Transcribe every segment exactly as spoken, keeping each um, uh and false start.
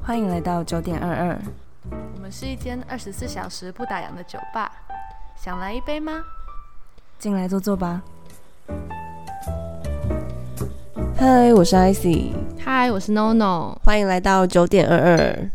欢迎来到九点二二。 我们是一间二十四小时不打烊的酒吧，想来一杯吗？ 进来坐坐吧。嗨，我是 Icy。 嗨，我是 NoNo。 欢迎来到九点二二。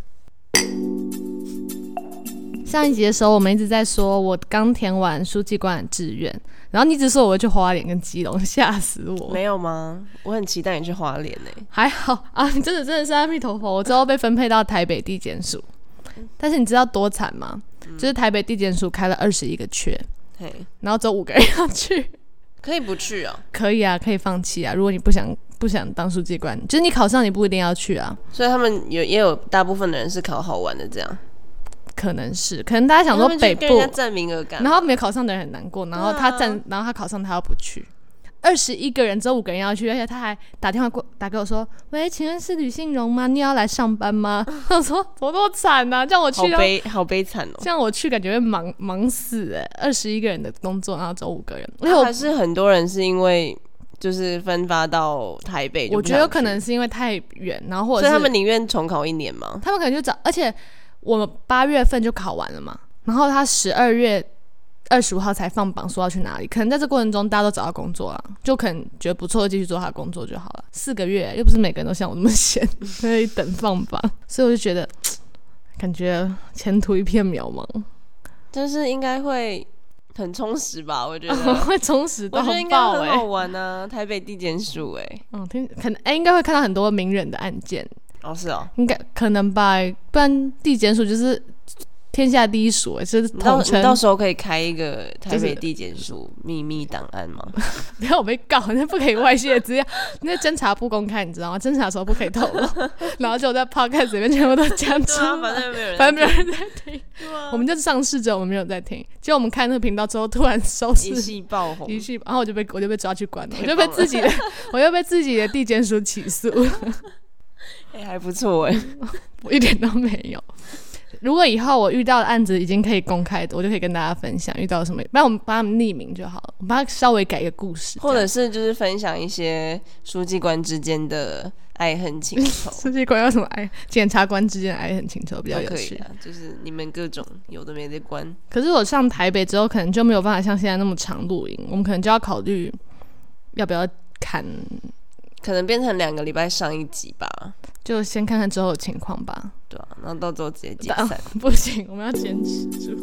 上一集的时候，我们一直在说我刚填完书记官的志愿，然后你一直说我会去花莲跟基隆，吓死我。 没有吗？我很期待你去花莲欸。 还好啊，你真的真的是阿弥陀佛，我之后被分配到台北地检署，但是你知道多惨吗？嗯、就是台北地检署开了二十一个缺，然后只有五个人要去。 可以不去啊？ 可以啊，可以放弃啊。如果你不想不想当书记官，就是你考上你不一定要去啊。 所以他们有也有大部分的人是考好玩的这样。 可能是，可能大家想说北部， 跟人家占名额感， 然后没有考上的人很难过，然后他占，然后他考上他又不去。二十一个人只有五个人要去，而且他还打电话过打给我说：“喂，请问是吕信荣吗？你要来上班吗？”我说：“怎么那么惨啊？这样我去， 好悲，好悲惨哦！ 这样我去感觉会忙忙死哎、欸！二十一个人的工作，然后只有五个人， 而且还是很多人是因为就是分发到台北， 我觉得有可能是因为太远，然后或者是所以他们宁愿重考一年吗？ 他们可能就找，而且我们八月份就考完了嘛，然后他十二月二十五号才放榜说要去哪里，可能在这过程中大家都找到工作了，就可能觉得不错，继续做他的工作就好了。四个月又不是每个人都像我那么闲，可以等放榜，所以我就觉得感觉前途一片渺茫。 但是应该会很充实吧？我觉得会充实到爆、欸， 我觉得应该很好玩啊！台北地检署哎、欸， 嗯，听可能哎、欸，应该会看到很多名人的案件。 哦，是哦， 应该可能吧，不然地检署就是天下第一署，就是统称。 你到时候可以开一个台北地检署秘密档案吗？ 不要我被告，那不可以外泄资料，那侦查不公开，你知道吗？侦查的时候不可以透露，然后就在 podcast 里面全部都讲出来， 反正没有人， 反正没有人在听，我们就上市者，我们没有在听。结果我们看那个频道之后，突然收视一夕爆红， 一夕，然后我就被我就被抓去关了，我就被自己的，我就被自己的地检署起诉。 哎、欸，还不错哎、欸， 我一点都没有。如果以后我遇到的案子已经可以公开的，我就可以跟大家分享遇到什么，不然我们帮他们匿名就好了，我帮他稍微改一个故事， 或者是就是分享一些书记官之间的爱恨情仇。 书记官有什么爱？检察官之间的爱恨情仇比较有趣啊，就是你们各种有的没的官。 可是我上台北之后，可能就没有办法像现在那么长露营，我们可能就要考虑要不要看。 可能变成两个礼拜上一集吧， 就先看看之后的情况吧。 对啊，然后到时候直接解散。 不行，我们要坚持住。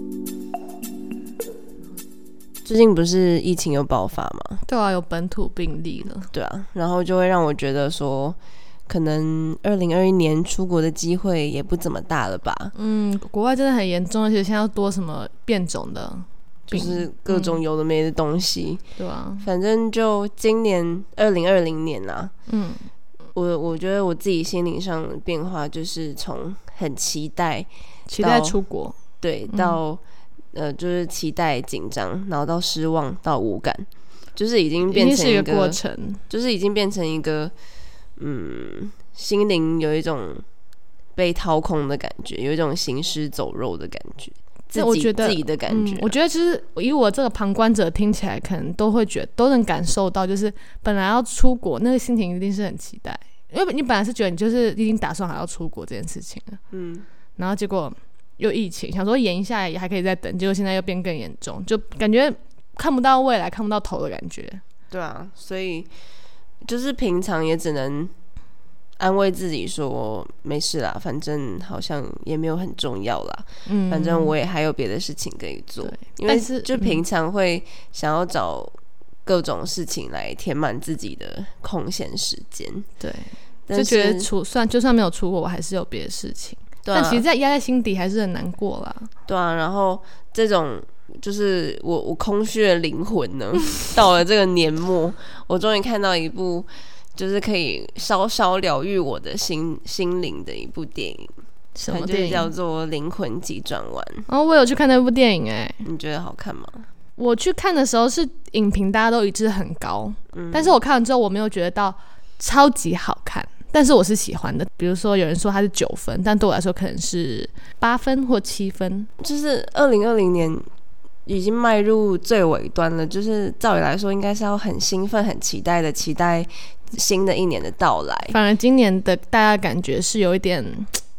最近不是疫情有爆发吗？ 对啊，有本土病例了。 对啊，然后就会让我觉得说，可能二零二一年出国的机会也不怎么大了吧。 嗯，国外真的很严重，而且现在要多什么变种的。 就是各种有的没的东西、 嗯、对啊， 反正就今年二零二零年啊， 嗯， 我我觉得我自己心灵上的变化就是从很期待期待出国， 对，到、嗯、呃就是期待紧张，然后到失望，到无感，就是已经变成一个, 一个过程， 就是已经变成一个嗯心灵有一种被掏空的感觉，有一种行尸走肉的感觉。自己我觉得自己的感觉、啊嗯， 我觉得其实以我这个旁观者听起来，可能都会觉得都能感受到，就是本来要出国那个心情一定是很期待，因为你本来是觉得你就是已经打算好要出国这件事情了，嗯，然后结果又疫情，想说延一下也还可以再等，结果现在又变更严重，就感觉看不到未来，看不到头的感觉。 对啊，所以就是平常也只能安慰自己说没事啦，反正好像也没有很重要啦、嗯、反正我也还有别的事情可以做，因为就平常会想要找各种事情来填满自己的空闲时间， 对，就觉得出算就算没有出国我还是有别的事情，对、啊、但其实在压在心底还是很难过啦。 对啊，然后这种就是我我空虚的灵魂呢到了这个年末我终于看到一部就是可以稍稍疗愈我的心心灵的一部电影。 什么电影？ 叫做《灵魂急转弯》。 哦，我有去看那部电影哎、欸。 你觉得好看吗？ 我去看的时候是影评大家都一致很高、嗯，但是我看完之后我没有觉得到超级好看，但是我是喜欢的。比如说有人说它是九分，但对我来说可能是八分或七分。 就是二零二零年已经迈入最尾端了，就是照理来说应该是要很兴奋很期待的期待新的一年的到来， 反而今年的大家感觉是有一点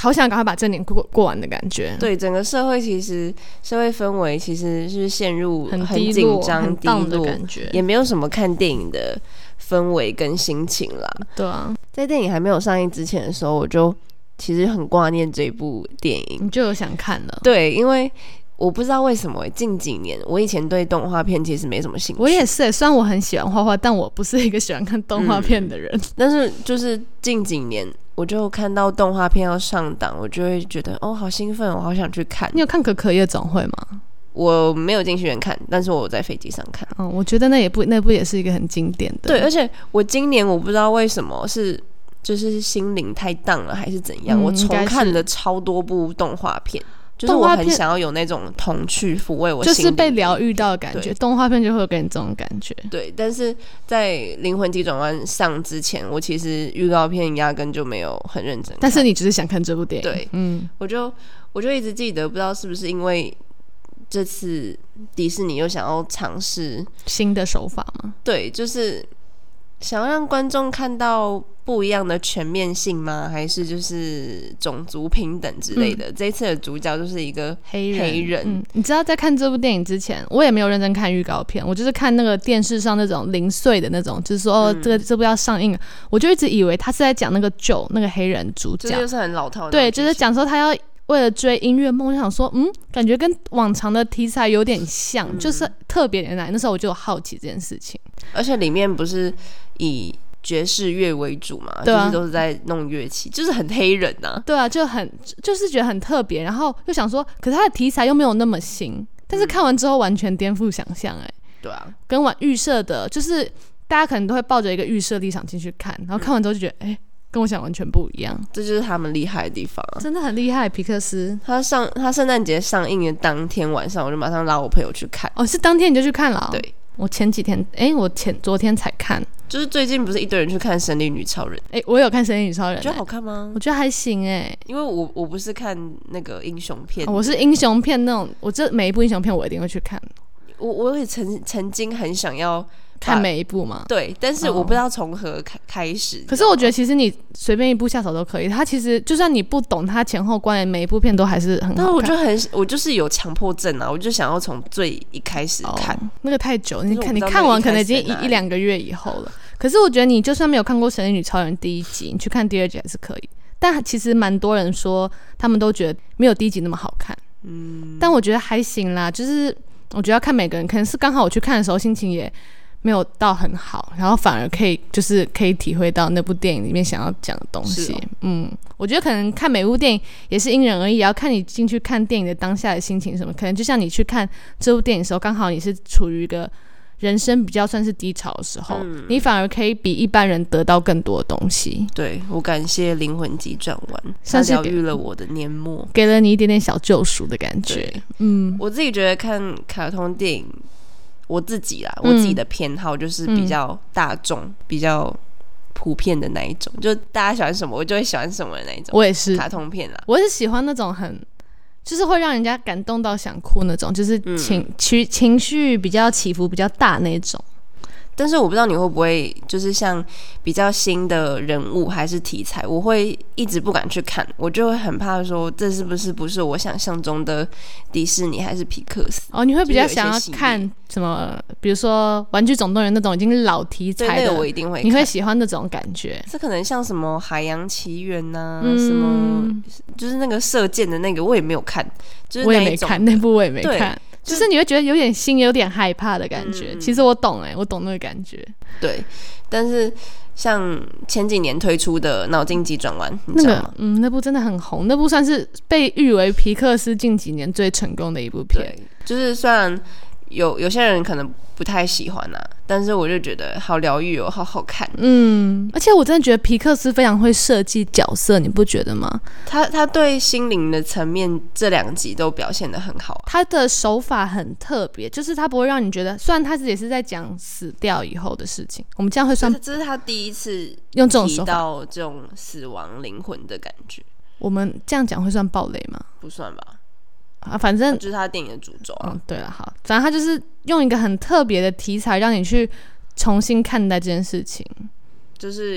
好想赶快把这年过过完的感觉。 对，整个社会其实社会氛围其实是陷入很很紧张、 很低落荡的感觉， 也没有什么看电影的氛围跟心情啦。 对啊， 在电影还没有上映之前的时候，我就其实很挂念这部电影， 你就有想看了。 对，因为我不知道为什么近几年我以前对动画片其实没什么兴趣， 我也是，虽然我很喜欢画画，但我不是一个喜欢看动画片的人、嗯、 但是就是近几年我就看到动画片要上档，我就会觉得哦好兴奋，我好想去看。 你有看可可夜总会吗？ 我没有进戏院看，但是我在飞机上看。 嗯，我觉得那也不那部也是一个很经典的。 对，而且我今年我不知道为什么是就是心灵太荡了还是怎样、嗯、我重看了超多部动画片，就是我很想要有那种童趣抚慰我心灵， 就是被疗愈到的感觉。动画片就会有给你这种感觉。 对，但是在《灵魂急转弯》上之前，我其实预告片压根就没有很认真看， 但是你只是想看这部电影。 对，嗯，我就我就一直记得，不知道是不是因为这次迪士尼又想要尝试新的手法吗？ 对，就是想要让观众看到不一样的全面性吗？还是就是种族平等之类的、嗯、这一次的主角就是一个黑人, 黑人、嗯、 你知道在看这部电影之前我也没有认真看预告片，我就是看那个电视上那种零碎的那种，就是说、嗯、这个这部要上映了，我就一直以为他是在讲那个 Joe 那个黑人主角， 这就是很老套的， 对，就是讲说他要为了追音乐梦，就想说嗯，感觉跟往常的题材有点像、嗯、就是特别的难，那时候我就有好奇这件事情。 而且里面不是以爵士乐为主嘛、啊、就是都是在弄乐器，就是很黑人啊。 对啊，就很就是觉得很特别，然后就想说可是他的题材又没有那么新，但是看完之后完全颠覆想象。哎、欸， 对啊， 跟我预设的就是大家可能都会抱着一个预设立场进去看，然后看完之后就觉得哎、欸，跟我想完全不一样。 这就是他们厉害的地方、啊、 真的很厉害。皮克斯他上他圣诞节上映的当天晚上，我就马上拉我朋友去看。 哦，是当天你就去看了、哦？ 对， 我前几天哎、欸，我前昨天才看。 就是最近不是一堆人去看《神力女超人》？ 哎、欸，我有看《神力女超人》欸， 觉得好看吗？ 我觉得还行哎、欸， 因为我我不是看那个英雄片、 哦，我是英雄片那种，我这每一部英雄片我一定会去看。 我我也曾曾经很想要看每一部嘛， 对，但是我不知道从何开开始、哦。 可是我觉得其实你随便一部下手都可以，它其实就算你不懂它前后关联，每一部片都还是很好看。 但我就很我就是有强迫症啊，我就想要从最一开始看， 哦、那个太久，你看你看完可能已经一一两个月以后了。可是我觉得你就算没有看过《神力女超人》第一集，你去看第二集还是可以。但其实蛮多人说，他们都觉得没有第一集那么好看。嗯，但我觉得还行啦，就是我觉得要看每个人，可能是刚好我去看的时候心情也没有到很好，然后反而可以就是可以体会到那部电影里面想要讲的东西。哦、嗯，我觉得可能看每部电影也是因人而异，也要看你进去看电影的当下的心情什么。可能就像你去看这部电影的时候，刚好你是处于一个人生比较算是低潮的时候、嗯、你反而可以比一般人得到更多的东西。 对，我感谢灵魂急转弯，它疗愈了我的年末， 给了你一点点小救赎的感觉。 嗯，我自己觉得看卡通电影，我自己啦，我自己的偏好就是比较大众、嗯、比较普遍的那一种，就大家喜欢什么我就会喜欢什么的那一种。 我也是卡通片啦， 我是喜欢那种很就是会让人家感动到想哭那种，就是情、嗯、情情绪比较起伏比较大那种。 但是我不知道你会不会就是像比较新的人物还是题材，我会一直不敢去看，我就会很怕说这是不是不是我想象中的迪士尼还是皮克斯。 哦，你会比较想要看什么？比如说玩具总动员那种已经老题材的， 对，那个我一定会看。 你会喜欢那种感觉？ 这可能像什么海洋奇缘呐、啊嗯，什么就是那个射箭的那个我也没有看，就是那一种我也没看那部，我也没看。就是你会觉得有点心有点害怕的感觉、嗯、其实我懂哎、欸，我懂那个感觉。 对，但是像前几年推出的脑筋急转弯，你知道吗？ 那个嗯，那部真的很红，那部算是被誉为皮克斯近几年最成功的一部片。 对，就是虽然有有些人可能不太喜欢啊，但是我就觉得好疗愈哦，好好看。 嗯，而且我真的觉得皮克斯非常会设计角色，你不觉得吗？ 他他对心灵的层面这两集都表现得很好、啊， 他的手法很特别，就是他不会让你觉得，虽然他也是在讲死掉以后的事情，我们这样会算， 这是他第一次用这种手法提到这种死亡灵魂的感觉。 我们这样讲会算暴雷吗？ 不算吧。 啊，反正就是他电影的主轴啊。 嗯，对了，好，反正他就是用一个很特别的题材，让你去重新看待这件事情。 就是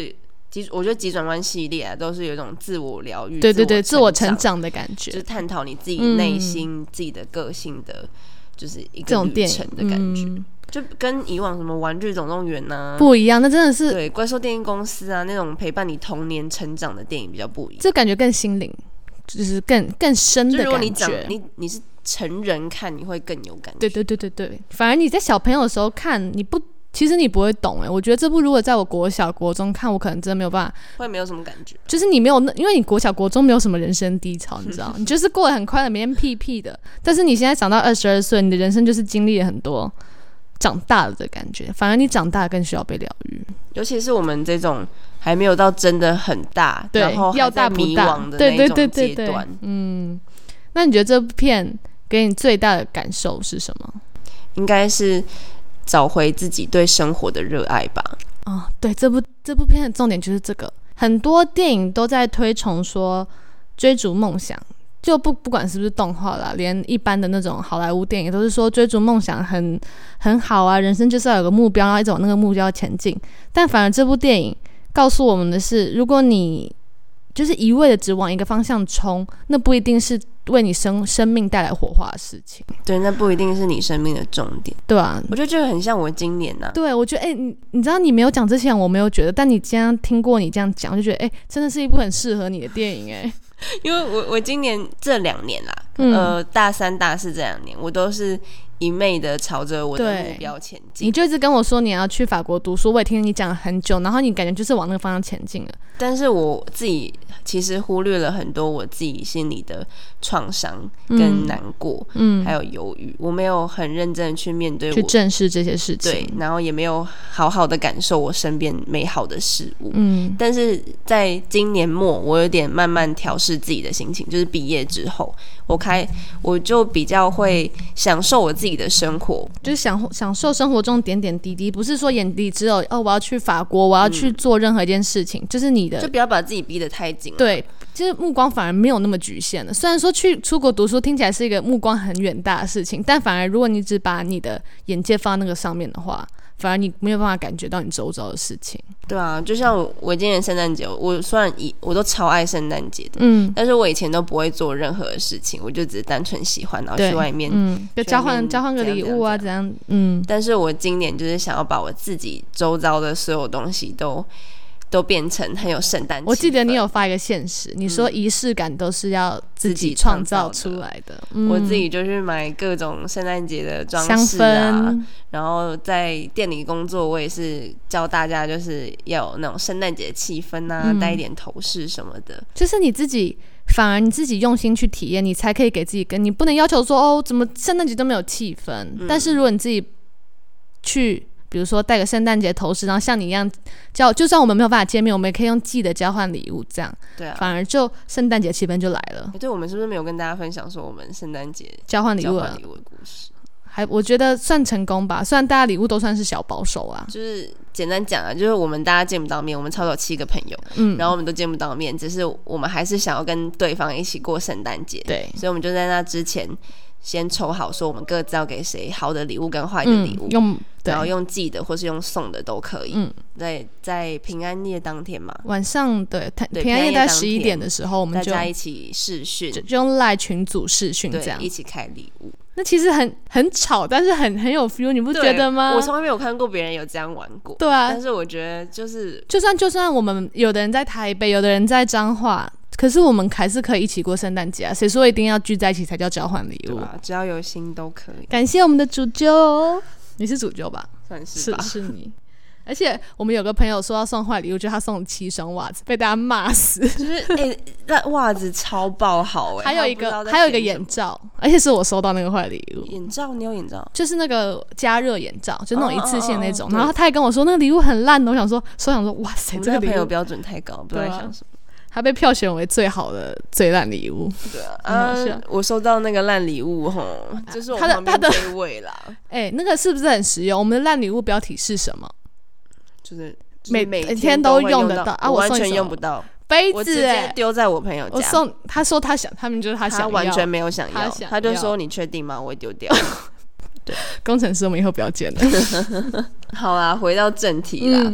我觉得急转弯系列啊，都是有一种自我疗愈， 对对对， 自我成长的感觉， 就是探讨你自己内心、嗯、自己的个性的，就是一个旅程的感觉。嗯、就跟以往什么玩具总动员啊不一样，那真的是对怪兽电影公司啊那种陪伴你童年成长的电影比较不一样， 这感觉更心灵，就是更更深的感觉。 就如果你长你你是成人看，你会更有感觉。 对对对对对，反而你在小朋友的时候看，你不。其实你不会懂哎、欸，我觉得这部如果在我国小国中看，我可能真的没有办法， 会没有什么感觉。 就是你没有，因为你国小国中没有什么人生低潮，你知道，你就是过得很快乐，每天屁屁的。但是你现在长到二十二岁，你的人生就是经历了很多长大了的感觉，反而你长大更需要被疗愈。 尤其是我们这种还没有到真的很大，然后还在迷惘的那种阶段。 嗯，那你觉得这部片给你最大的感受是什么？ 应该是找回自己对生活的热爱吧。 哦，对，这部这部片的重点就是这个。很多电影都在推崇说追逐梦想，就不不管是不是动画啦，连一般的那种好莱坞电影都是说追逐梦想很很好啊，人生就是要有个目标，然后一直往那个目标前进。但反而这部电影告诉我们的是，如果你就是一味的只往一个方向冲，那不一定是为你生生命带来火花的事情。 对，那不一定是你生命的重点。 对啊， 我觉得这个很像我今年啊。 对，我觉得哎、欸，你你知道你没有讲之前我没有觉得，但你今天听过你这样讲，我就觉得哎、欸，真的是一部很适合你的电影哎、欸。 因为我我今年这两年啦，嗯、呃，大三大四这两年，我都是一昧的朝着我的目标前进。 你就一直跟我说你要去法国读书，我也听你讲了很久，然后你感觉就是往那个方向前进了。 但是我自己其实忽略了很多我自己心里的创伤跟难过，嗯，还有忧郁，我没有很认真的去面对我， 去正视这些事情， 对，然后也没有好好的感受我身边美好的事物，嗯。但是在今年末，我有点慢慢调试自己的心情，就是毕业之后，我开我就比较会享受我自己的生活， 就是享享受生活中点点滴滴，不是说眼里只有哦，我要去法国，我要去做任何一件事情，嗯、就是你的， 就不要把自己逼得太紧了。 对，就是目光反而没有那么局限了。虽然说去出国读书听起来是一个目光很远大的事情，但反而如果你只把你的眼界放在那个上面的话，反而你没有办法感觉到你周遭的事情。 对啊，就像我今年圣诞节，我虽然以我都超爱圣诞节的，嗯，但是我以前都不会做任何的事情，我就只是单纯喜欢，然后去外面， 嗯，就交换交换个礼物啊，怎样，嗯。 但是我今年就是想要把我自己周遭的所有东西都。都变成很有圣诞气氛。 我记得你有发一个限时，你说仪式感都是要自己创造出来的。 嗯、我自己就去买各种圣诞节的装饰啊，然后在店里工作，我也是教大家就是要有那种圣诞节的气氛啊，嗯、带一点头饰什么的。 就是你自己，反而你自己用心去体验，你才可以给自己跟你不能要求说哦，怎么圣诞节都没有气氛。嗯、但是如果你自己去。比如说带个圣诞节头饰，然后像你一样交，就算我们没有办法见面，我们也可以用寄的交换礼物，这样， 对啊， 反而就圣诞节气氛就来了。 欸、对，我们是不是没有跟大家分享说我们圣诞节交换礼物的故事？还我觉得算成功吧，虽然大家礼物都算是小保守啊。 就是简单讲啊，就是我们大家见不到面，我们超有七个朋友，嗯，然后我们都见不到面，只是我们还是想要跟对方一起过圣诞节，对，所以我们就在那之前。先抽好说我们各自要给谁好的礼物跟坏的礼物、嗯、用然后用寄的或是用送的都可以、嗯、在在平安夜当天嘛晚上 对, 对平安夜在十一点的时候我们就大家一起视讯 就, 就用赖群组视讯这样一起开礼物。 那其实很很吵但是很很有 feel 你不觉得吗？ 我从来没有看过别人有这样玩过。 对啊， 但是我觉得就是就算就算我们有的人在台北有的人在彰化，可是我们还是可以一起过圣诞节啊！谁说一定要聚在一起才叫交换礼物？ 对啊，只要有心都可以。 感谢我们的主揪，你是主揪吧？ 算是吧， 是是你。而且我们有个朋友说要送坏礼物，就他送了七双袜子，被大家骂死。 就是哎，那、欸、袜子超爆好哎、欸！ 还有一个还有一个眼罩，而且是我收到那个坏礼物。 眼罩？你有眼罩？ 就是那个加热眼罩，就那种一次性那种。哦哦哦然后他还跟我说那个礼物很烂的，我想说，所以想说哇塞，这个朋友标准太高，不知道在想什么。 他被票选为最好的最烂礼物。 对啊，啊我收到那个烂礼物吼，就是我旁边这一位啦。 哎、欸，那个是不是很实用？我们的烂礼物标题是什么？ 就是、就是、 每每天都用得到啊！我完全用不到杯子， 我直接丢在我朋友家。 我送他说他想，他们就是他想要， 他完全没有想要， 他, 他就说你确定吗？我会丢掉。对， 工程师我们以后不要见了。 好啦，回到正题啦。嗯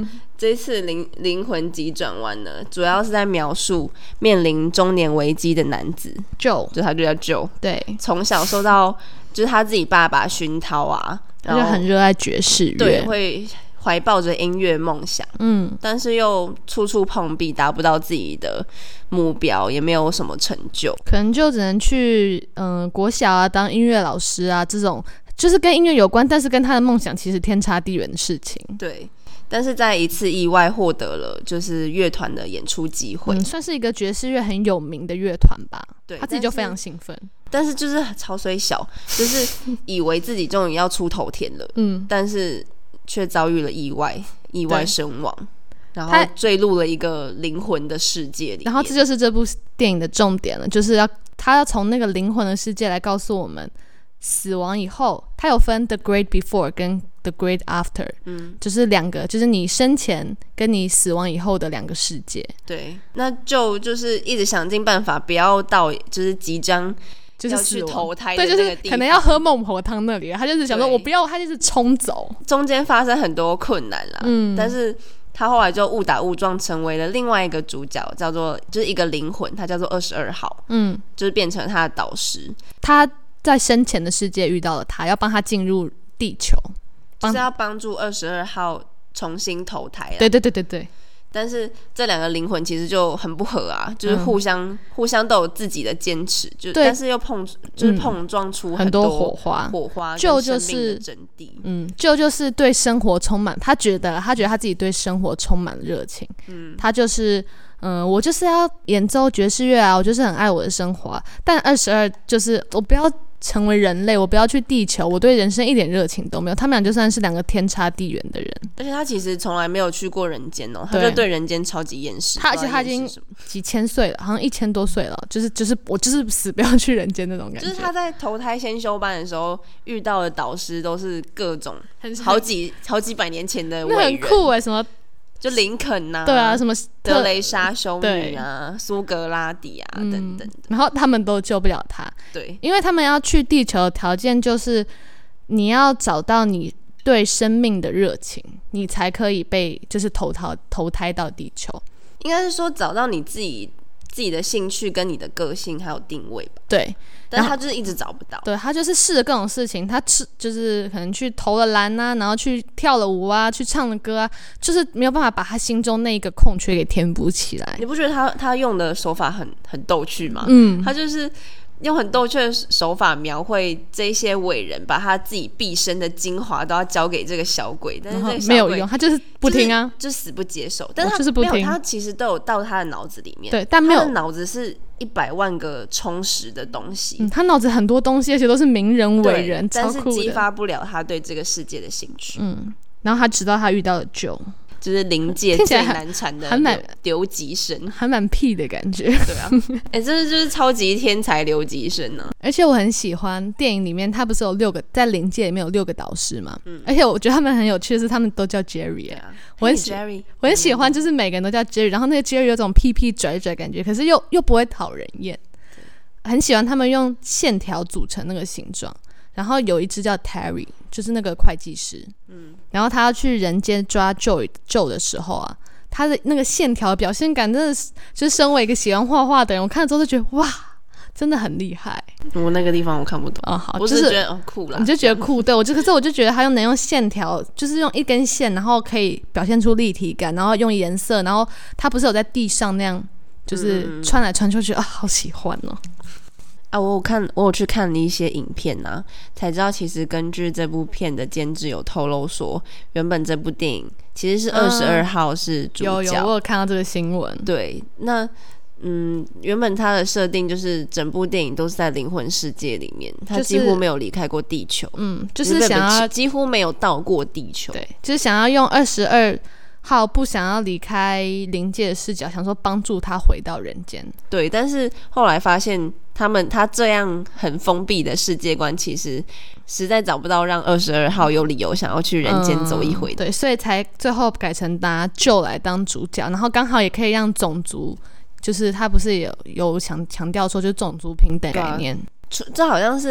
这次灵灵魂急转弯呢，主要是在描述面临中年危机的男子 Joe， 就他就叫 Joe， 对， 从小受到就是他自己爸爸熏陶啊， 他就很热爱爵士乐， 对，会怀抱着音乐梦想，嗯，但是又处处碰壁，达不到自己的目标，也没有什么成就， 可能就只能去嗯、呃、国小啊当音乐老师啊，这种就是跟音乐有关，但是跟他的梦想其实天差地远的事情。 对，但是在一次意外获得了就是乐团的演出机会， 嗯，算是一个爵士乐很有名的乐团吧。 对， 他自己就非常兴奋， 但是就是超衰小，就是以为自己终于要出头天了，嗯，但是却遭遇了意外，意外身亡，然后坠入了一个灵魂的世界里面。 然后这就是这部电影的重点了，就是要他要从那个灵魂的世界来告诉我们，死亡以后，它有分 The Great Before 跟 The Great After，嗯，就是两个，就是你生前跟你死亡以后的两个世界。 对，那就就是一直想尽办法不要到就是即将就是要去投胎的那个地方， 对，就是可能要喝孟婆汤那里，他就是想说我不要，他就是冲走。 中间发生很多困难啦，嗯，但是他后来就误打误撞成为了另外一个主角，叫做就是一个灵魂，他叫做二十二号，嗯，就是变成他的导师。 他在生前的世界遇到了他，要帮他进入地球， 就是要帮助二十二号重新投胎啦。 对对对对对。 但是这两个灵魂其实就很不合啊，就是互相、嗯、互相都有自己的坚持，就但是又碰就是碰撞出很多火花，火花就就是真谛。 嗯，就就是对生活充满，他觉得他觉得他自己对生活充满了热情。嗯，他就是嗯，我就是要演奏爵士乐啊，我就是很爱我的生活啊。但二十二就是我不要成为人类，我不要去地球，我对人生一点热情都没有。他们俩就算是两个天差地远的人， 而且他其实从来没有去过人间哦，他就对人间超级厌世。 他而且他已经几千岁了，好像一千多岁了，就是就是我就是死不要去人间那种感觉。 就是他在投胎先修班的时候遇到的导师都是各种好几好几百年前的伟人， 那很酷哎、欸，什么？ 就林肯啊， 对啊，什么德雷莎修女啊，苏格拉底啊、嗯、等等的， 然后他们都救不了他， 对， 因为他们要去地球的条件就是你要找到你对生命的热情，你才可以被就是投胎投胎到地球。 应该是说找到你自己自己的兴趣跟你的个性还有定位吧。 对。 但他就是一直找不到， 对，他就是试了各种事情，他吃就是可能去投了篮啊，然后去跳了舞啊，去唱了歌啊，就是没有办法把他心中那一个空缺给填补起来。 你不觉得他他用的手法很很逗趣吗？嗯，他就是用很逗趣的手法描绘这些伟人，把他自己毕生的精华都要交给这个小鬼，但是这个小鬼没有用，他就是不听啊， 就是、就死不接受。但是他就是不听， 没有，他其实都有到他的脑子里面， 对，但没有， 他的脑子是一百万个充实的东西， 嗯、他脑子很多东西，而且都是名人伟人， 但是激发不了他对这个世界的兴趣。 嗯，然后他直到他遇到了 Joe。 就是灵界最难缠的留级生， 还蛮屁的感觉。 对啊，哎、欸，这就是超级天才留级生呢、啊。 而且我很喜欢电影里面，他不是有六个在灵界里面有六个导师嘛？嗯，而且我觉得他们很有趣的是，他们都叫 Jerry 啊。我很喜 Jerry， 我很喜欢，就是每个人都叫 Jerry， 然后那个 Jerry 有种屁屁拽拽感觉，可是又又不会讨人厌。很喜欢他们用线条组成那个形状。然后有一只叫 Terry， 就是那个会计师，嗯，然后他要去人间抓 Joe Joe 的时候啊，他的那个线条表现感真的是，就是身为一个喜欢画画的人，我看了之后就觉得哇，真的很厉害。 我那个地方我看不懂哦，好， 我就是觉得、哦、酷啦， 你就觉得酷，对我就可是我就觉得他用能用线条，就是用一根线，然后可以表现出立体感，然后用颜色，然后他不是有在地上那样，就是穿来穿去，觉得啊，好喜欢哦。 啊，我有看，我有去看一些影片啊，才知道其实根据这部片的监制有透露说，原本这部电影其实是二十二号是主角、 嗯，有有，我有看到这个新闻。 对，那嗯，原本他的设定就是整部电影都是在灵魂世界里面，他几乎没有离开过地球， 嗯，就是想要几乎没有到过地球， 对，就是想要用二十二号不想要离开灵界的视角，想说帮助他回到人间。 对，但是后来发现他们他这样很封闭的世界观，其实实在找不到让二十二号有理由想要去人间走一回的、 嗯、对，所以才最后改成拿 Joe 来当主角，然后刚好也可以让种族，就是他不是有有强强调说就是种族平等概念、 啊、这好像是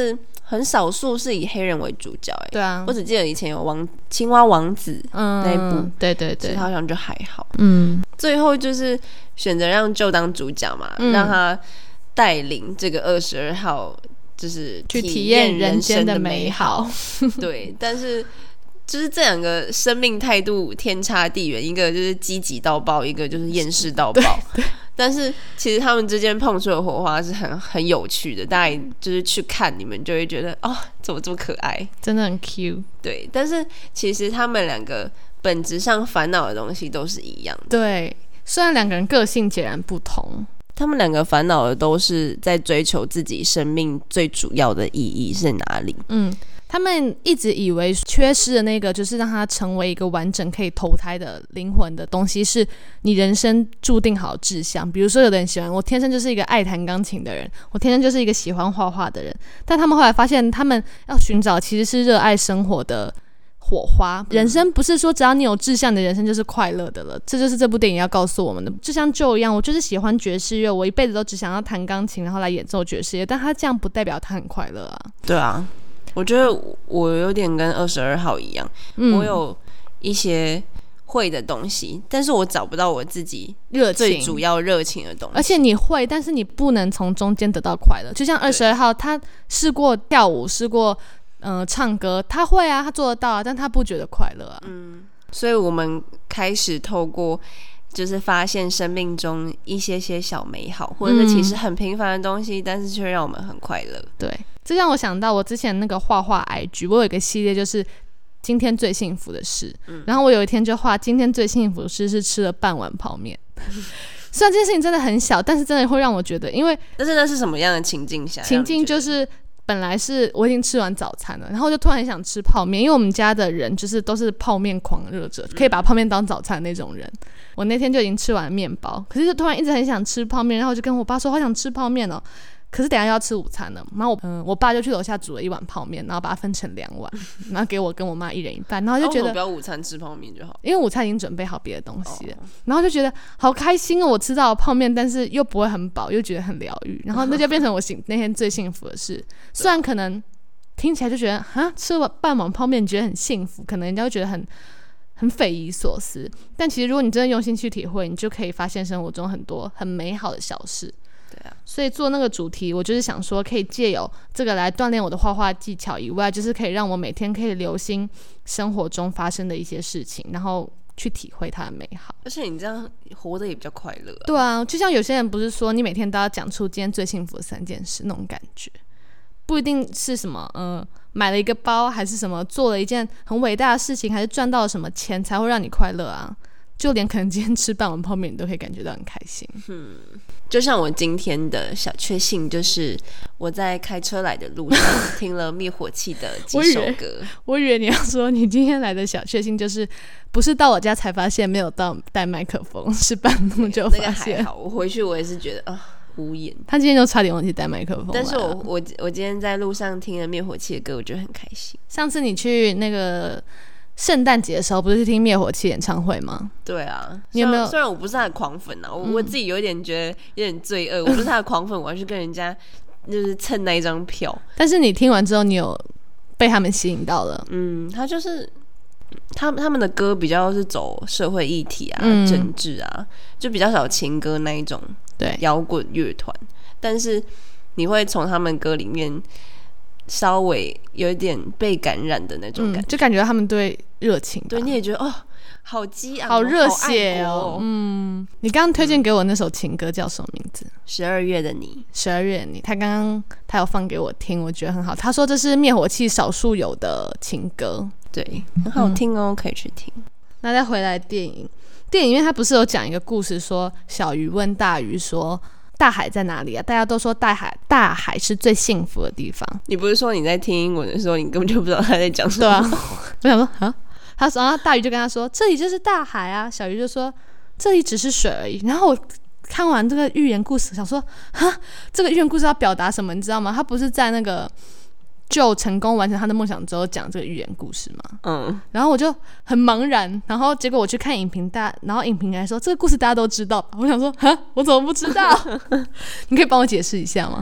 很少数是以黑人为主角、欸， 对啊， 我只记得以前有王青蛙王子那一部， 嗯、对对对， 其他好像就还好。 嗯， 最后就是选择让Joe当主角嘛，嗯、让他带领这个二十二号，就是去体验人生的美好。 对，但是就是这两个生命态度天差地远，一个就是积极到爆，一个就是厌世到爆。但是其实他们之间碰出的火花是很很有趣的，大家就是去看你们就会觉得哦，怎么这么可爱， 真的很 cute。 对，但是其实他们两个本质上烦恼的东西都是一样的。 对，虽然两个人个性截然不同， 他们两个烦恼的都是在追求自己生命最主要的意义是哪里。 嗯，他们一直以为缺失的那个就是让他成为一个完整可以投胎的灵魂的东西是你人生注定好的志向。比如说有的人喜欢我天生就是一个爱弹钢琴的人，我天生就是一个喜欢画画的人，但他们后来发现他们要寻找其实是热爱生活的火花。人生不是说只要你有志向，你的人生就是快乐的了，这就是这部电影要告诉我们的。就像Joe一样，我就是喜欢爵士乐，我一辈子都只想要弹钢琴然后来演奏爵士乐，但他这样不代表他很快乐啊。 对啊，我觉得我有点跟二十二号一样、嗯、我有一些会的东西，但是我找不到我自己最主要热情的东西。 而且你会，但是你不能从中间得到快乐。就像二十二号，他试过跳舞，试过呃唱歌，他会啊，他做得到啊，但他不觉得快乐啊。 嗯，所以我们开始透过就是发现生命中一些些小美好，或者是其实很平凡的东西、嗯、但是却让我们很快乐。 对，这让我想到我之前那个画画 I G， 我有一个系列就是今天最幸福的事、嗯、然后我有一天就画今天最幸福的事是吃了半碗泡面虽然这件事情真的很小，但是真的会让我觉得，因为但是那是什么样的情境下？ 情境就是本来是我已经吃完早餐了，然后就突然很想吃泡面，因为我们家的人就是都是泡面狂热者、嗯、可以把泡面当早餐的那种人。我那天就已经吃完面包，可是就突然一直很想吃泡面，然后我就跟我爸说好想吃泡面哦，可是等一下要吃午餐了。然后我,、嗯、我爸就去楼下煮了一碗泡面，然后把它分成两碗然后给我跟我妈一人一半，然后就觉得、 啊、我不要午餐吃泡面就好， 因为午餐已经准备好别的东西了、哦、然后就觉得好开心哦，我吃到了泡面但是又不会很饱，又觉得很疗愈，然后那就变成我那天最幸福的事虽然可能听起来就觉得啊，吃了半碗泡面你觉得很幸福，可能人家会觉得很很匪夷所思，但其实如果你真的用心去体会，你就可以发现生活中很多很美好的小事。 对啊， 所以做那个主题我就是想说可以借由这个来锻炼我的画画技巧以外，就是可以让我每天可以留心生活中发生的一些事情，然后去体会它的美好。 而且你这样活得也比较快乐、啊、 对啊，就像有些人不是说你每天都要讲出今天最幸福的三件事那种感觉，不一定是什么呃买了一个包，还是什么做了一件很伟大的事情，还是赚到了什么钱才会让你快乐啊，就连可能今天吃半碗泡面你都可以感觉到很开心。 嗯，就像我今天的小确幸就是我在开车来的路上听了灭火器的几首歌我, 我以为你要说你今天来的小确幸就是不是到我家才发现没有到带麦克风，是半路就发现、 那个还好，我回去我也是觉得啊无言， 他今天就差点忘记带麦克风， 但是我我我今天在路上听了灭火器的歌，我觉得很开心。 上次你去那个圣诞节的时候不是去听灭火器演唱会吗？ 对啊， 你有没有？ 虽然我不是他的狂粉啊，我、嗯、我自己有一点觉得有点罪恶，我不是他的狂粉，我要去跟人家就是蹭那一张票。 但是你听完之后，你有被他们吸引到了？ 嗯，他就是他他们的歌比较是走社会议题啊、嗯、政治啊，就比较少情歌那一种。对，摇滚乐团，但是你会从他们歌里面稍微有一点被感染的那种感觉、 嗯、就感觉他们对热情， 对，你也觉得哦，好激昂， 好热血哦。嗯，你刚刚推荐给我那首情歌叫什么名字？ 十二月的你。 十二月的你，他刚刚他有放给我听，我觉得很好。他说这是灭火器少数有的情歌， 对，很好听哦、嗯，可以去听。 那再回来电影。电影因为他不是有讲一个故事，说小鱼问大鱼说大海在哪里啊？大家都说大海大海是最幸福的地方。 你不是说你在听英文的时候你根本就不知道他在讲什么？ 对啊，我想说啊，他说，然后大鱼就跟他说这里就是大海啊，小鱼就说这里只是水而已。然后我看完这个寓言故事想说哈，这个寓言故事要表达什么你知道吗？他不是在那个Joe成功完成他的梦想之后讲这个寓言故事嘛，嗯，然后我就很茫然，然后结果我去看影评，大然后影评来说这个故事大家都知道吧，我想说哈，我怎么不知道？你可以帮我解释一下吗？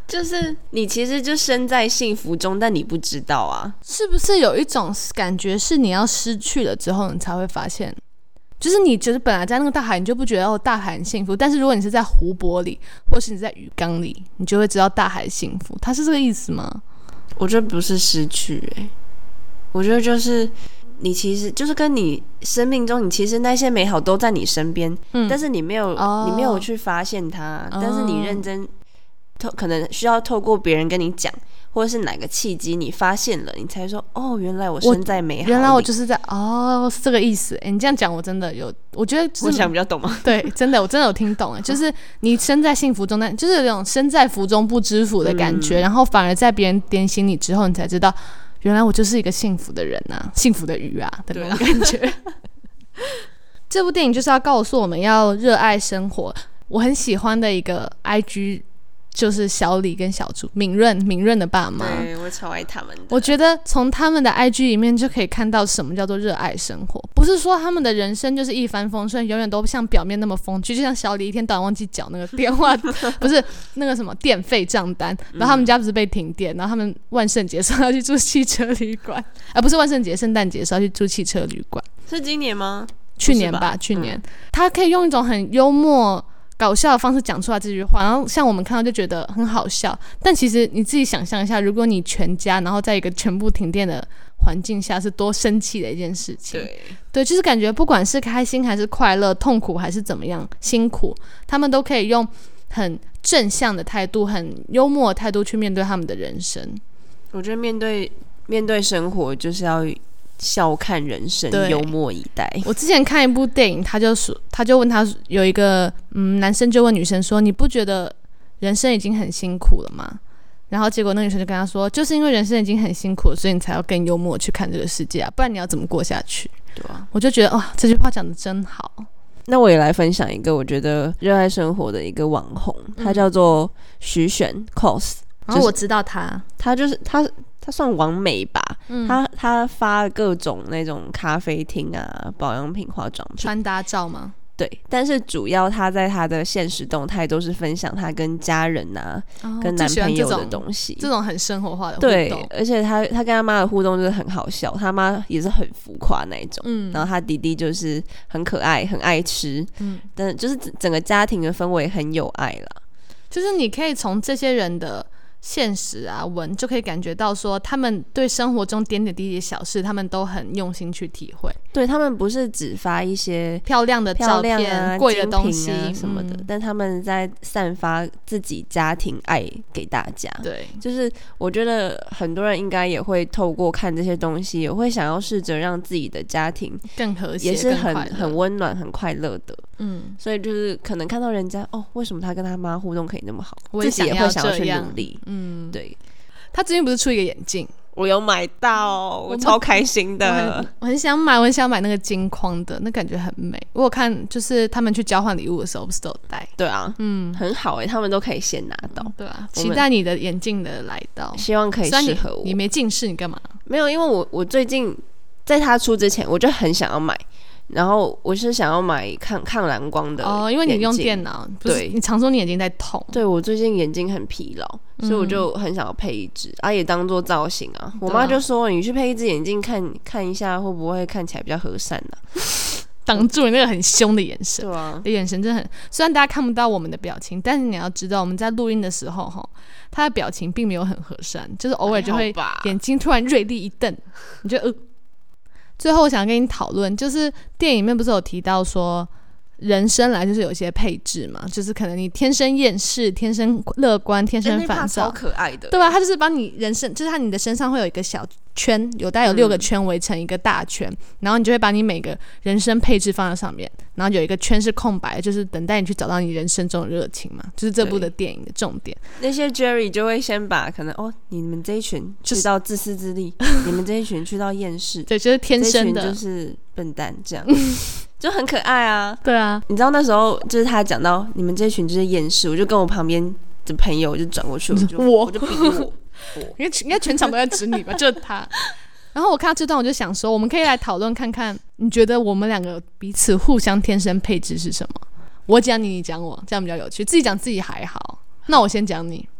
就是你其实就身在幸福中，但你不知道啊。 是不是有一种感觉是你要失去了之后，你才会发现？就是你就是本来在那个大海，你就不觉得哦大海很幸福，但是如果你是在湖泊里，或是你在鱼缸里，你就会知道大海幸福。它是这个意思吗？ 我觉得不是失去、欸，我觉得就是你其实就是跟你生命中，你其实那些美好都在你身边、嗯，但是你没有、哦、你没有去发现它，但是你认真。透可能需要透过别人跟你讲，或者是哪个契机你发现了，你才说哦，原来我身在美好里。 原来我就是在哦，是这个意思。哎，你这样讲我真的有，我觉得、就是、 我想比较懂吗？ 对，真的我真的有听懂哎，就是你身在幸福中，但就是有种身在福中不知福的感觉、嗯，然后反而在别人点醒你之后，你才知道原来我就是一个幸福的人啊，幸福的鱼啊的那种感觉。这部电影就是要告诉我们要热爱生活。我很喜欢的一个 I G。就是小李跟小猪，敏润敏润的爸妈， 对，我超爱他们的。 我觉得从他们的 I G 里面就可以看到什么叫做热爱生活，不是说他们的人生就是一帆风顺，永远都像表面那么风趣，就像小李一天到晚忘记缴那个电话，不是那个什么电费账单，然后他们家不是被停电，然后他们万圣节说要去住汽车旅馆，而、啊、不是万圣节，圣诞节说要去住汽车旅馆， 是今年吗？ 去年吧，去年、嗯。他可以用一种很幽默。搞笑的方式讲出来这句话，然后像我们看到就觉得很好笑，但其实你自己想象一下，如果你全家然后在一个全部停电的环境下，是多生气的一件事情。对，对，就是感觉不管是开心还是快乐，痛苦还是怎么样辛苦，他们都可以用很正向的态度，很幽默的态度去面对他们的人生。 我觉得面对面对生活就是要笑看人生，幽默以待。 我之前看一部电影，他就说，他就问他有一个嗯男生就问女生说：“你不觉得人生已经很辛苦了吗？”然后结果那女生就跟他说：“就是因为人生已经很辛苦了，所以你才要更幽默去看这个世界啊，不然你要怎么过下去？”对啊，我就觉得哇、哦，这句话讲得真好。 那我也来分享一个我觉得热爱生活的一个网红，他叫做徐玄 cos。 然后我知道他， 他就是他。他算网美吧、嗯、他他发各种那种咖啡厅啊、保养品、化妆品、 穿搭照吗？ 对，但是主要他在他的现实动态都是分享他跟家人啊、哦、跟男朋友的东西， 这 种, 这种很生活化的互动。 对，而且他他跟他妈的互动就是很好笑，他妈也是很浮夸那一种、嗯、然后他弟弟就是很可爱很爱吃，嗯，但就是整个家庭的氛围很有爱啦。 就是你可以从这些人的现实啊文就可以感觉到说他们对生活中点点滴滴小事他们都很用心去体会。 对，他们不是只发一些漂亮的照片、贵、啊、的东西啊什么的、嗯、但他们在散发自己家庭爱给大家。 对， 就是我觉得很多人应该也会透过看这些东西也会想要试着让自己的家庭更和谐， 也是很很温暖很快乐的。嗯，所以就是可能看到人家哦，为什么他跟他妈互动可以那么好， 我也自己也会想要去努力。 嗯， 对。 他最近不是出一个眼镜， 我有买到，我超开心的。 我 很, 我很想买，我很想买那个金框的，那感觉很美。我有看，就是他们去交换礼物的时候，不是都有戴？ 对啊，嗯，很好哎、欸，他们都可以先拿到。 嗯、对啊，期待你的眼镜的来到， 希望可以适合我。 你, 你没近视，你干嘛？ 没有，因为我我最近在他出之前，我就很想要买。然后我是想要买抗抗蓝光的哦，因为你用电脑，对，你常说你眼睛在痛。 对，我最近眼睛很疲劳，嗯、所以我就很想要配一只，啊，也当做造型啊。我妈就说，你去配一只眼镜看看一下，会不会看起来比较和善呢、啊？ 挡住你那个很凶的眼神， 对啊， 你的眼神真的很。虽然大家看不到我们的表情，但是你要知道，我们在录音的时候，哈，他的表情并没有很和善，就是偶尔就会眼睛突然锐利一瞪，你就呃。最后我想跟你讨论，就是电影里面不是有提到说人生来就是有一些配置嘛，就是可能你天生厌世、天生乐观、天生烦躁， 超可爱的， 对吧？他就是把你人生，就是他你的身上会有一个小圈，有大概有六个圈围成一个大圈、嗯，然后你就会把你每个人生配置放在上面，然后有一个圈是空白，就是等待你去找到你人生中的热情嘛，就是这部的电影的重点。 那些 Jerry 就会先把可能哦，你们这一群去到自私自利，就是、你们这一群去到厌世， 对，就是天生的， 这一群就是笨蛋这样。就很可爱啊， 对啊， 你知道那时候就是他讲到你们这群就是厌世，我就跟我旁边的朋友我就转过去，我就我我就比我， 应该应该全场都在指你吧，就是他。然后我看到这段，我就想说，我们可以来讨论看看，你觉得我们两个彼此互相天生配置是什么？我讲你，你讲我，这样比较有趣。自己讲自己还好，那我先讲你。好，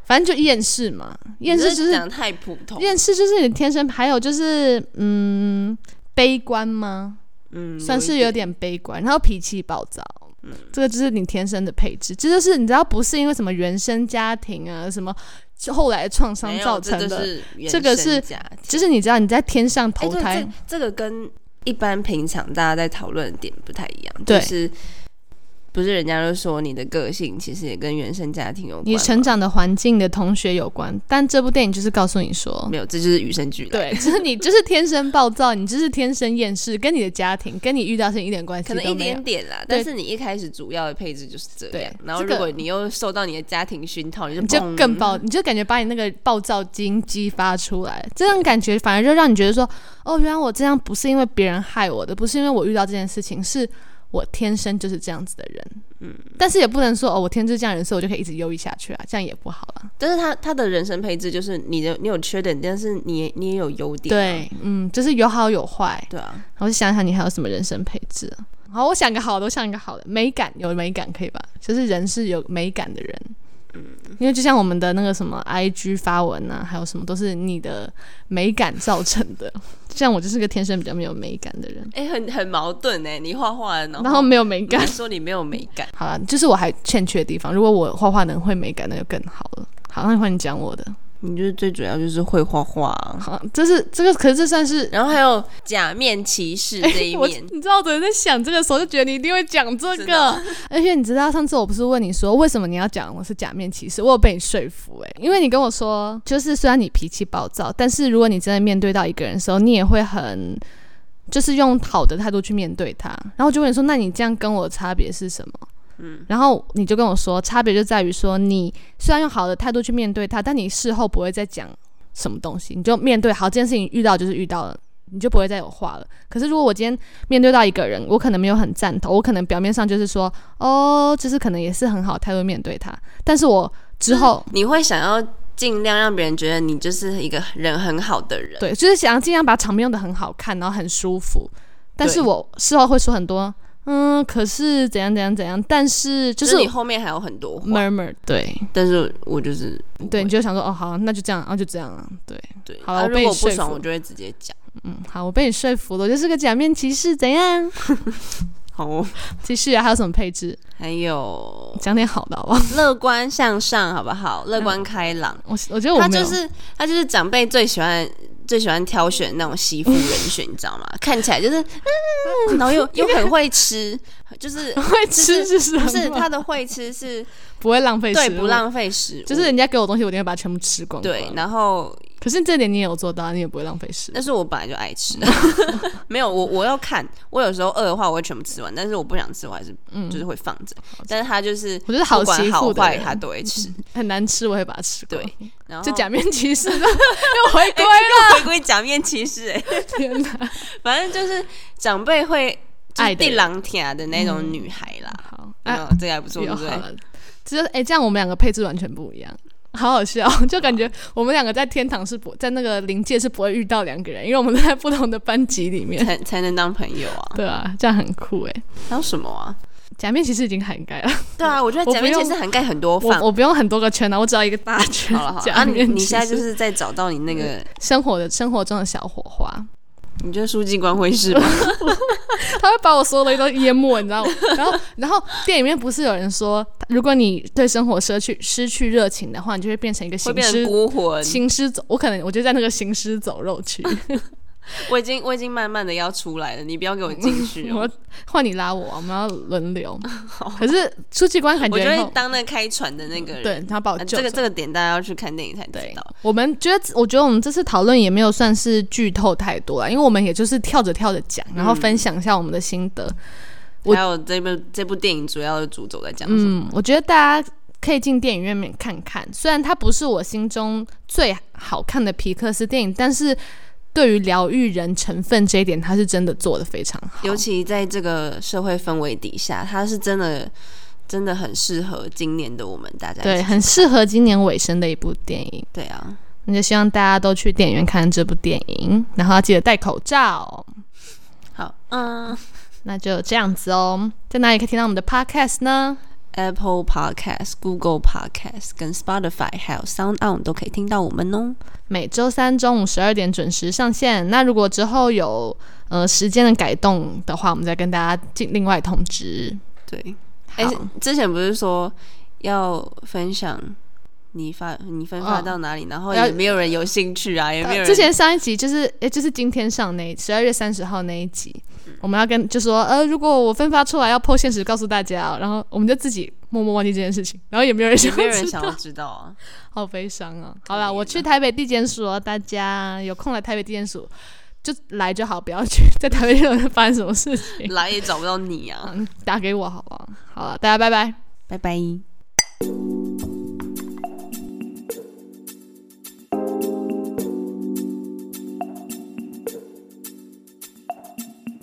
反正就厌世嘛，厌世就是讲太普通， 厌世就是你天生，还有就是嗯，悲观吗？嗯，算是有点悲观，然后脾气暴躁。嗯，这个就是你天生的配置，这就是你知道不是因为什么原生家庭啊，什么后来的创伤造成的， 这, 这个是就是你知道你在天上投胎， 欸、这, 这个跟一般平常大家在讨论的点不太一样， 对， 就是不是人家就说你的个性其实也跟原生家庭有关， 你成长的环境的同学有关，但这部电影就是告诉你说没有，这就是与生俱来， 对，就是你就是天生暴躁，你就是天生厌世，跟你的家庭跟你遇到事情一点关系都没有， 可能一点点啦，但是你一开始主要的配置就是这样，然后如果你又受到你的家庭熏陶，你就你就更暴，你就感觉把你那个暴躁基因激发出来，这种感觉反而就让你觉得说，哦，原来我这样不是因为别人害我的，不是因为我遇到这件事情，是我天生就是这样子的人，嗯，但是也不能说哦，我天生这样的人，所以我就可以一直优异下去啊，这样也不好啦。 但是他他的人生配置就是你的，你有缺点，但是你也你也有优点、啊， 对，嗯，就是有好有坏， 对啊。 我就想想你还有什么人生配置啊？好，我想个好的，我想一个好的，美感有美感可以吧？就是人是有美感的人。嗯，因为就像我们的那个什么 I G 发文啊，还有什么都是你的美感造成的。像我就是个天生比较没有美感的人， 哎、欸，很很矛盾哎、欸，你画画然后然后没有美感， 你说你没有美感， 好了，就是我还欠缺的地方。如果我画画能会美感，那就更好了。好，那换你讲我的。 你就是最主要就是会画画、啊， 好，这是这个，可是这算是， 然后还有假面骑士这一面。 欸、你知道我昨天在想这个时候，就觉得你一定会讲这个，而且你知道上次我不是问你说为什么你要讲我是假面骑士，我有被你说服哎、欸，因为你跟我说，就是虽然你脾气暴躁，但是如果你真的面对到一个人的时候，你也会很，就是用好的态度去面对他。然后我就问你说，那你这样跟我的差别是什么？嗯，然后你就跟我说，差别就在于说，你虽然用好的态度去面对他，但你事后不会再讲什么东西，你就面对好这件事情遇到就是遇到了，你就不会再有话了。可是如果我今天面对到一个人，我可能没有很赞同，我可能表面上就是说，哦，就是可能也是很好的态度面对他，但是我之后你会想要尽量让别人觉得你就是一个人很好的人， 对，就是想要尽量把场面用得很好看，然后很舒服，但是我事后会说很多。嗯，可是怎样怎样怎样，但是就是、 就是你后面还有很多话 murmur， 对， 但是我就是对，你就想说哦好，那就这样，然、啊、后就这样啊，对对， 好了、啊， 我被你说服， 如果不爽我就会直接讲， 嗯，好，我被你说服了，我就是个假面骑士，怎样？ 好、哦， 继续啊，还有什么配置？ 还有讲点好的好不好？ 乐观向上好不好？乐观开朗， 我我觉得我他就是他就是长辈最喜欢。最喜欢挑选那种媳妇人选，你知道吗？看起来就是，嗯、然后又又很会吃，就是会吃是什么？ 不是他的会吃是不会浪费食物， 对，不浪费食物， 就是人家给我东西，我一定会把它全部吃光光。 对，然后可是这点你也有做到，你也不会浪费食物。 但是我本来就爱吃，没有我我要看，我有时候饿的话我会全部吃完，但是我不想吃，我还是、嗯、就是会放着。但是他就是我觉得好媳妇的不管好坏他都会吃， 很难吃我会把它吃光。 对，然后就假面骑士又回归了。 回归假面骑士、欸，哎，天哪！反正就是长辈会爱地狼甜的那种女孩啦。嗯、好，啊，这个还不错，对不对？ 只是哎，这样我们两个配置完全不一样，好好笑，就感觉我们两个在天堂是不在那个灵界是不会遇到两个人，因为我们在不同的班级里面才才能当朋友啊。 对啊，这样很酷哎。 还有什么啊？ 假面骑士已经涵盖了。 对啊，我觉得假面骑士涵盖很多范。 我, 我不用很多个圈啊，我只要一个大圈。 好了好了，啊你你现在就是在找到你那个生活的生活中的小火花。 你觉得书记官会是吗？ 他会把我所有的都淹没，你知道吗？然后，然后电影里面不是有人说，如果你对生活失去失去热情的话，你就会变成一个行尸孤魂， 行尸走。我可能我就在那个行尸走肉区。 我已经我已经慢慢的要出来了，你不要给我进去、哦。 我换你拉我，我们要轮流。可是书记官感觉我就会当那开船的那个人， 对，他把我救、 啊。这个这个点大家要去看电影才知道。 我们觉得，我觉得我们这次讨论也没有算是剧透太多啦，因为我们也就是跳着跳着讲，然后分享一下我们的心得。 嗯、还有这部这部电影主要的主轴在讲什么？ 嗯，我觉得大家可以进电影院面看看，虽然它不是我心中最好看的皮克斯电影，但是。对于疗愈人成分这一点，他是真的做得非常好。 尤其在这个社会氛围底下，他是真的真的很适合今年的我们大家一起对，很适合今年尾声的一部电影。 对啊， 那就希望大家都去电影院看这部电影，然后要记得戴口罩。 好，嗯， 那就这样子哦。在哪里可以听到我们的 podcast 呢 Apple Podcast、Google Podcast 跟 Spotify 还有 Sound On 都可以听到我们哦。 每周三中午十二点准时上线。那如果之后有呃时间的改动的话，我们再跟大家进另外通知。 对，哎、欸，之前不是说要分享你发你分发到哪里、哦、然后也没有人有兴趣啊，也没有人。 之前上一集就是哎、欸，就是今天上那十二月三十号那一集。我们要跟就说呃，如果我分发出来要 po 现实告诉大家、哦，然后我们就自己默默忘记这件事情，然后也没有人想， 也没有人想要知道啊， 好悲伤啊！好啦，我去台北地检署、哦，大家有空来台北地检署就来就好，不要去在台北地检署发生什么事情， 来也找不到你啊， 嗯、打给我好不好？好了，大家拜拜， 拜拜。